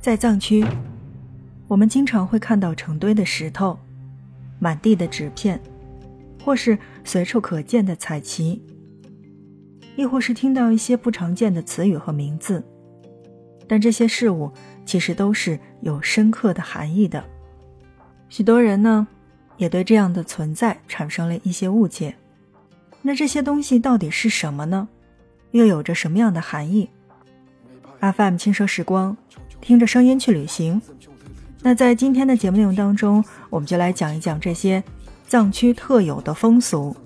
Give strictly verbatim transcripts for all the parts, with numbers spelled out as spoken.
在藏区，我们经常会看到成堆的石头，满地的纸片，或是随处可见的彩旗，亦或是听到一些不常见的词语和名字，但这些事物其实都是有深刻的含义的。许多人呢，也对这样的存在产生了一些误解。那这些东西到底是什么呢？又有着什么样的含义？ F M 轻奢时光，听着声音去旅行。那在今天的节目内容当中，我们就来讲一讲这些藏区特有的风俗。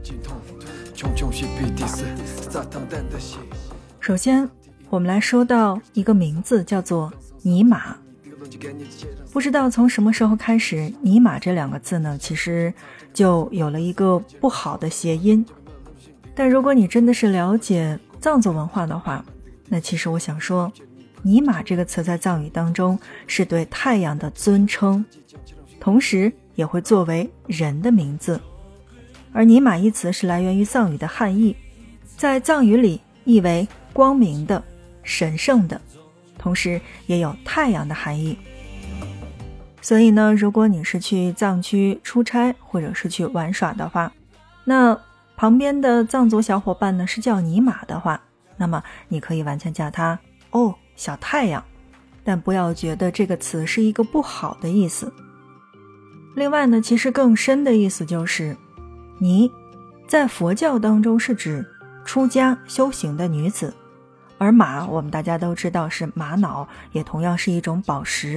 首先，我们来说到一个名字，叫做尼玛。不知道从什么时候开始，尼玛这两个字呢，其实就有了一个不好的谐音。但如果你真的是了解藏族文化的话，那其实我想说，尼玛这个词在藏语当中是对太阳的尊称，同时也会作为人的名字。而尼玛一词是来源于藏语的汉译，在藏语里意为光明的、神圣的，同时也有太阳的含义。所以呢，如果你是去藏区出差或者是去玩耍的话，那旁边的藏族小伙伴呢是叫尼玛的话，那么你可以完全叫他哦小太阳，但不要觉得这个词是一个不好的意思。另外呢，其实更深的意思就是尼在佛教当中是指出家修行的女子，而玛我们大家都知道是玛瑙，也同样是一种宝石。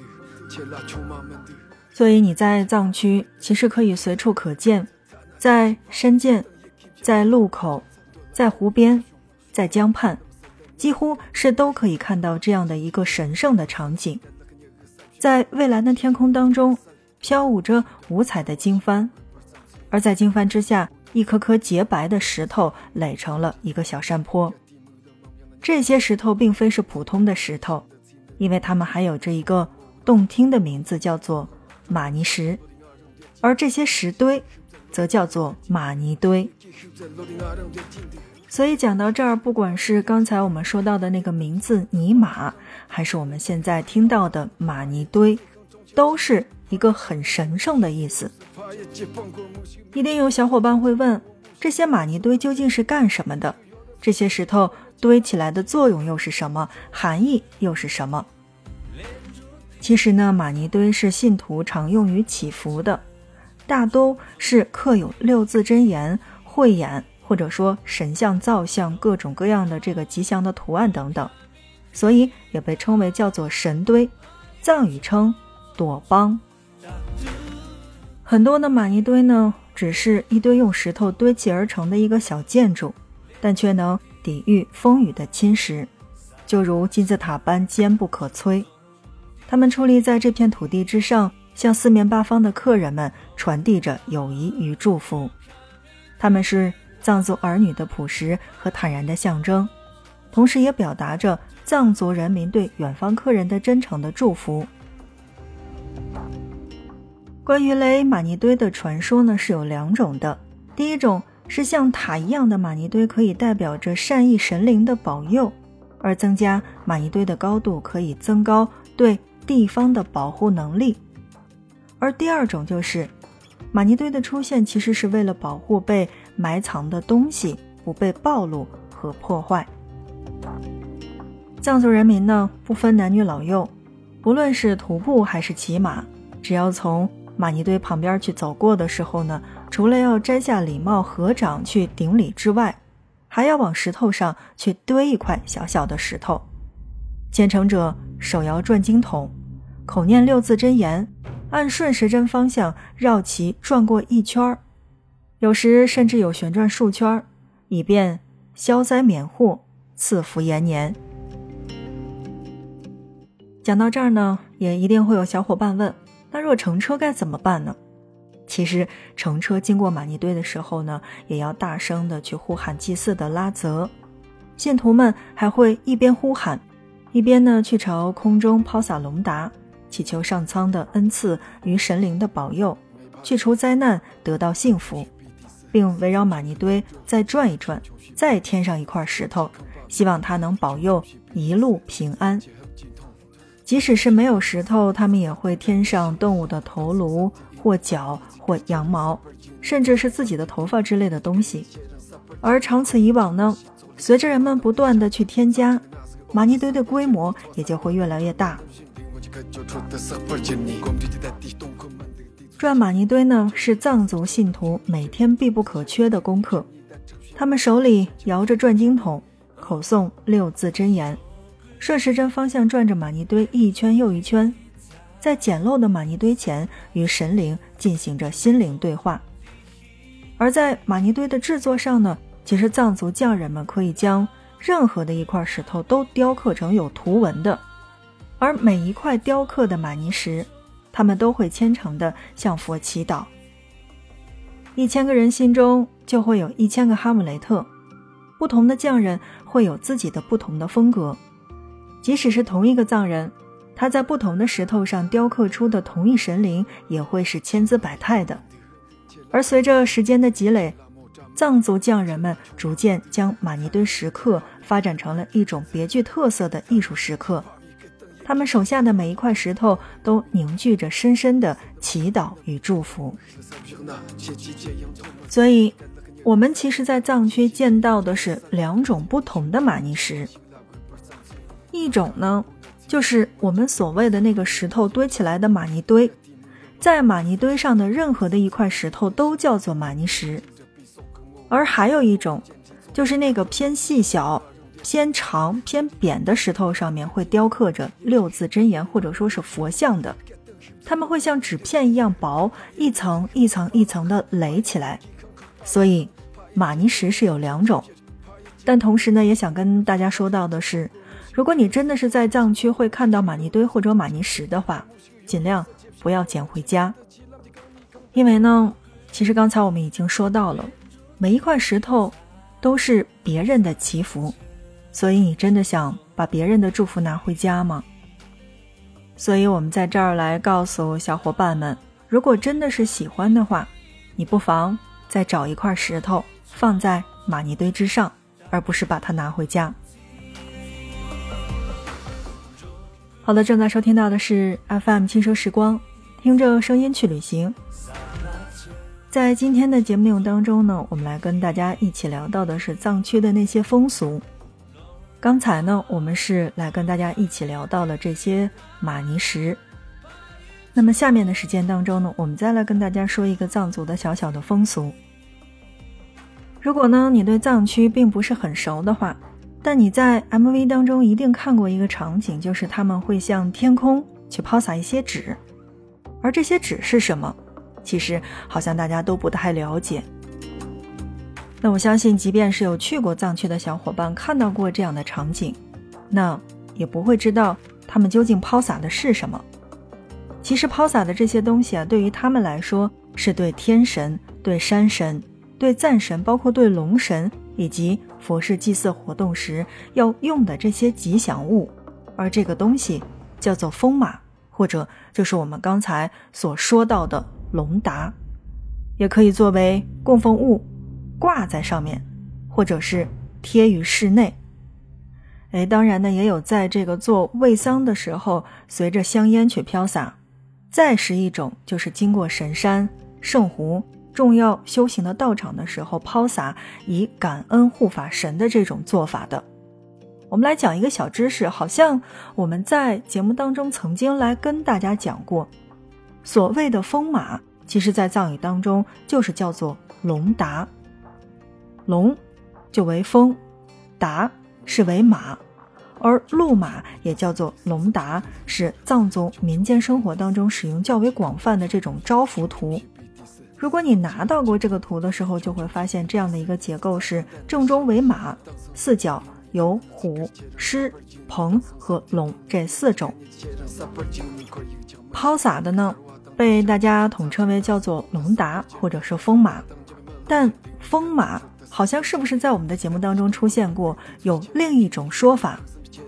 所以你在藏区其实可以随处可见，在山涧，在路口，在湖边，在江畔，几乎是都可以看到这样的一个神圣的场景。在蔚蓝的天空当中飘舞着五彩的经幡，而在经幡之下，一颗颗洁白的石头垒成了一个小山坡。这些石头并非是普通的石头，因为它们还有着一个动听的名字，叫做玛尼石，而这些石堆则叫做玛尼堆。所以讲到这儿，不管是刚才我们说到的那个名字尼玛，还是我们现在听到的玛尼堆，都是一个很神圣的意思。一定有小伙伴会问，这些玛尼堆究竟是干什么的？这些石头堆起来的作用又是什么？含义又是什么？其实呢，玛尼堆是信徒常用于祈福的，大都是刻有六字真言、慧眼，或者说神像造像，各种各样的这个吉祥的图案等等，所以也被称为叫做神堆，藏语称朵邦。很多的玛尼堆呢，只是一堆用石头堆砌而成的一个小建筑，但却能抵御风雨的侵蚀，就如金字塔般坚不可摧。他们矗立在这片土地之上，向四面八方的客人们传递着友谊与祝福。他们是藏族儿女的朴实和坦然的象征，同时也表达着藏族人民对远方客人的真诚的祝福。关于垒玛尼堆的传说呢，是有两种的。第一种是像塔一样的玛尼堆可以代表着善意神灵的保佑，而增加玛尼堆的高度可以增高对地方的保护能力。而第二种就是玛尼堆的出现其实是为了保护被埋藏的东西不被暴露和破坏。藏族人民呢，不分男女老幼，不论是徒步还是骑马，只要从玛尼堆旁边去走过的时候呢，除了要摘下礼帽合掌去顶礼之外，还要往石头上去堆一块小小的石头。虔诚者手摇转经筒，口念六字真言，按顺时针方向绕其转过一圈，有时甚至有旋转数圈，以便消灾免祸，赐福延年。讲到这儿呢，也一定会有小伙伴问，那若乘车该怎么办呢？其实乘车经过玛尼堆的时候呢，也要大声的去呼喊祭祀的拉泽。信徒们还会一边呼喊，一边呢去朝空中抛洒龙达，祈求上苍的恩赐与神灵的保佑，去除灾难，得到幸福，并围绕玛尼堆再转一转，再添上一块石头，希望它能保佑一路平安。 即使是没有石头，他们也会添上动物的头颅或角或羊毛，甚至是自己的头发之类的东西。而长此以往呢，随着人们不断的去添加，玛尼堆的规模也就会越来越大。转玛尼堆呢，是藏族信徒每天必不可缺的功课。他们手里摇着转经筒，口诵六字真言，顺时针方向转着玛尼堆一圈又一圈，在简陋的玛尼堆前与神灵进行着心灵对话。而在玛尼堆的制作上呢，其实藏族匠人们可以将任何的一块石头都雕刻成有图文的，而每一块雕刻的玛尼石，他们都会虔诚地向佛祈祷。一千个人心中就会有一千个哈姆雷特，不同的匠人会有自己的不同的风格。即使是同一个藏人，他在不同的石头上雕刻出的同一神灵也会是千姿百态的。而随着时间的积累，藏族匠人们逐渐将玛尼堆石刻发展成了一种别具特色的艺术石刻。他们手下的每一块石头都凝聚着深深的祈祷与祝福。所以我们其实在藏区见到的是两种不同的玛尼石。一种呢，就是我们所谓的那个石头堆起来的玛尼堆，在玛尼堆上的任何的一块石头都叫做玛尼石。而还有一种，就是那个偏细小偏长偏扁的石头上面会雕刻着六字真言或者说是佛像的，它们会像纸片一样薄，一层一层一层的垒起来。所以玛尼石是有两种。但同时呢，也想跟大家说到的是，如果你真的是在藏区会看到玛尼堆或者玛尼石的话，尽量不要捡回家。因为呢，其实刚才我们已经说到了，每一块石头都是别人的祈福，所以你真的想把别人的祝福拿回家吗？所以我们在这儿来告诉小伙伴们，如果真的是喜欢的话，你不妨再找一块石头放在玛尼堆之上，而不是把它拿回家。好的，正在收听到的是 F M 轻奢时光，听着声音去旅行。在今天的节目内容当中呢，我们来跟大家一起聊到的是藏区的那些风俗。刚才呢，我们是来跟大家一起聊到了这些玛尼石。那么下面的时间当中呢，我们再来跟大家说一个藏族的小小的风俗。如果呢你对藏区并不是很熟的话，但你在 M V 当中一定看过一个场景，就是他们会向天空去抛洒一些纸。而这些纸是什么？其实好像大家都不太了解。那我相信即便是有去过藏区的小伙伴看到过这样的场景，那也不会知道他们究竟抛洒的是什么。其实抛洒的这些东西啊，对于他们来说是对天神、对山神、对赞神，包括对龙神以及佛事祭祀活动时要用的这些吉祥物。而这个东西叫做风马，或者就是我们刚才所说到的龙达，也可以作为供奉物挂在上面，或者是贴于室内。诶，当然呢，也有在这个做卫丧的时候随着香烟去飘洒。再是一种就是经过神山、圣湖、重要修行的道场的时候抛洒，以感恩护法神的这种做法的。我们来讲一个小知识，好像我们在节目当中曾经来跟大家讲过，所谓的风马其实在藏语当中就是叫做龙达。龙就为风，达是为马，而鹿马也叫做龙达，是藏族民间生活当中使用较为广泛的这种招福图。如果你拿到过这个图的时候，就会发现这样的一个结构是正中为马，四角有虎、狮、鹏和龙这四种。抛洒的呢，被大家统称为叫做龙达或者是风马。但风马好像是不是在我们的节目当中出现过有另一种说法？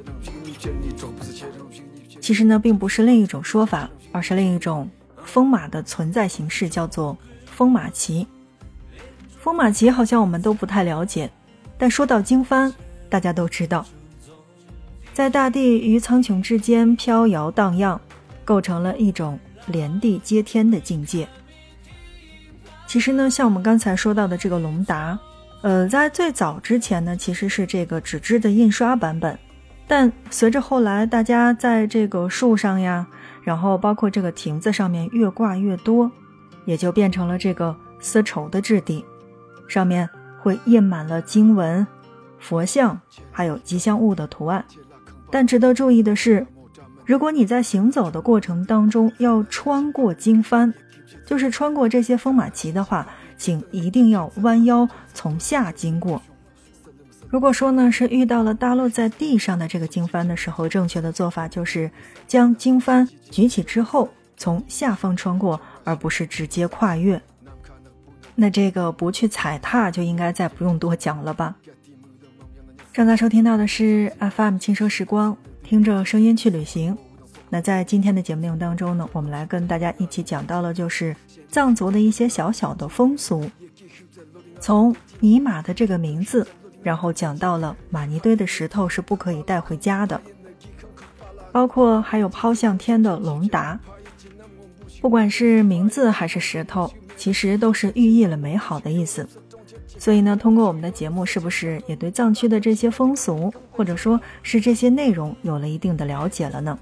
其实呢，并不是另一种说法，而是另一种风马的存在形式，叫做风马旗。风马旗好像我们都不太了解，但说到经幡大家都知道。 在大地与苍穹之间飘摇荡漾，构成了一种连地接天的境界。其实呢，像我们刚才说到的这个龙达，呃，在最早之前呢，其实是这个纸质的印刷版本，但随着后来大家在这个树上呀，然后包括这个亭子上面越挂越多，也就变成了这个丝绸的质地，上面会印满了经文、佛像还有吉祥物的图案。但值得注意的是，如果你在行走的过程当中要穿过经幡，就是穿过这些风马旗的话，请一定要弯腰从下经过。如果说呢是遇到了搭落在地上的这个经幡的时候，正确的做法就是将经幡举起之后从下方穿过，而不是直接跨越。那这个不去踩踏就应该再不用多讲了吧。正在收听到的是 F M 轻奢时光，听着声音去旅行。那在今天的节目内容当中呢，我们来跟大家一起讲到了就是藏族的一些小小的风俗，从尼玛的这个名字，然后讲到了玛尼堆的石头是不可以带回家的，包括还有抛向天的龙达。不管是名字还是石头，其实都是寓意了美好的意思。所以呢，通过我们的节目，是不是也对藏区的这些风俗，或者说是这些内容有了一定的了解了呢？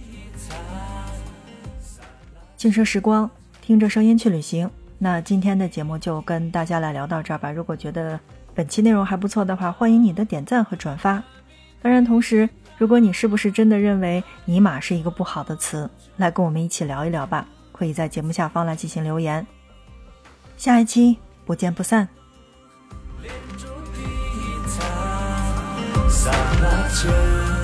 轻奢时光，听着声音去旅行。那今天的节目就跟大家来聊到这儿吧。如果觉得本期内容还不错的话，欢迎你的点赞和转发。当然同时，如果你是不是真的认为尼玛是一个不好的词，来跟我们一起聊一聊吧，可以在节目下方来进行留言。下一期不见不散。刹那间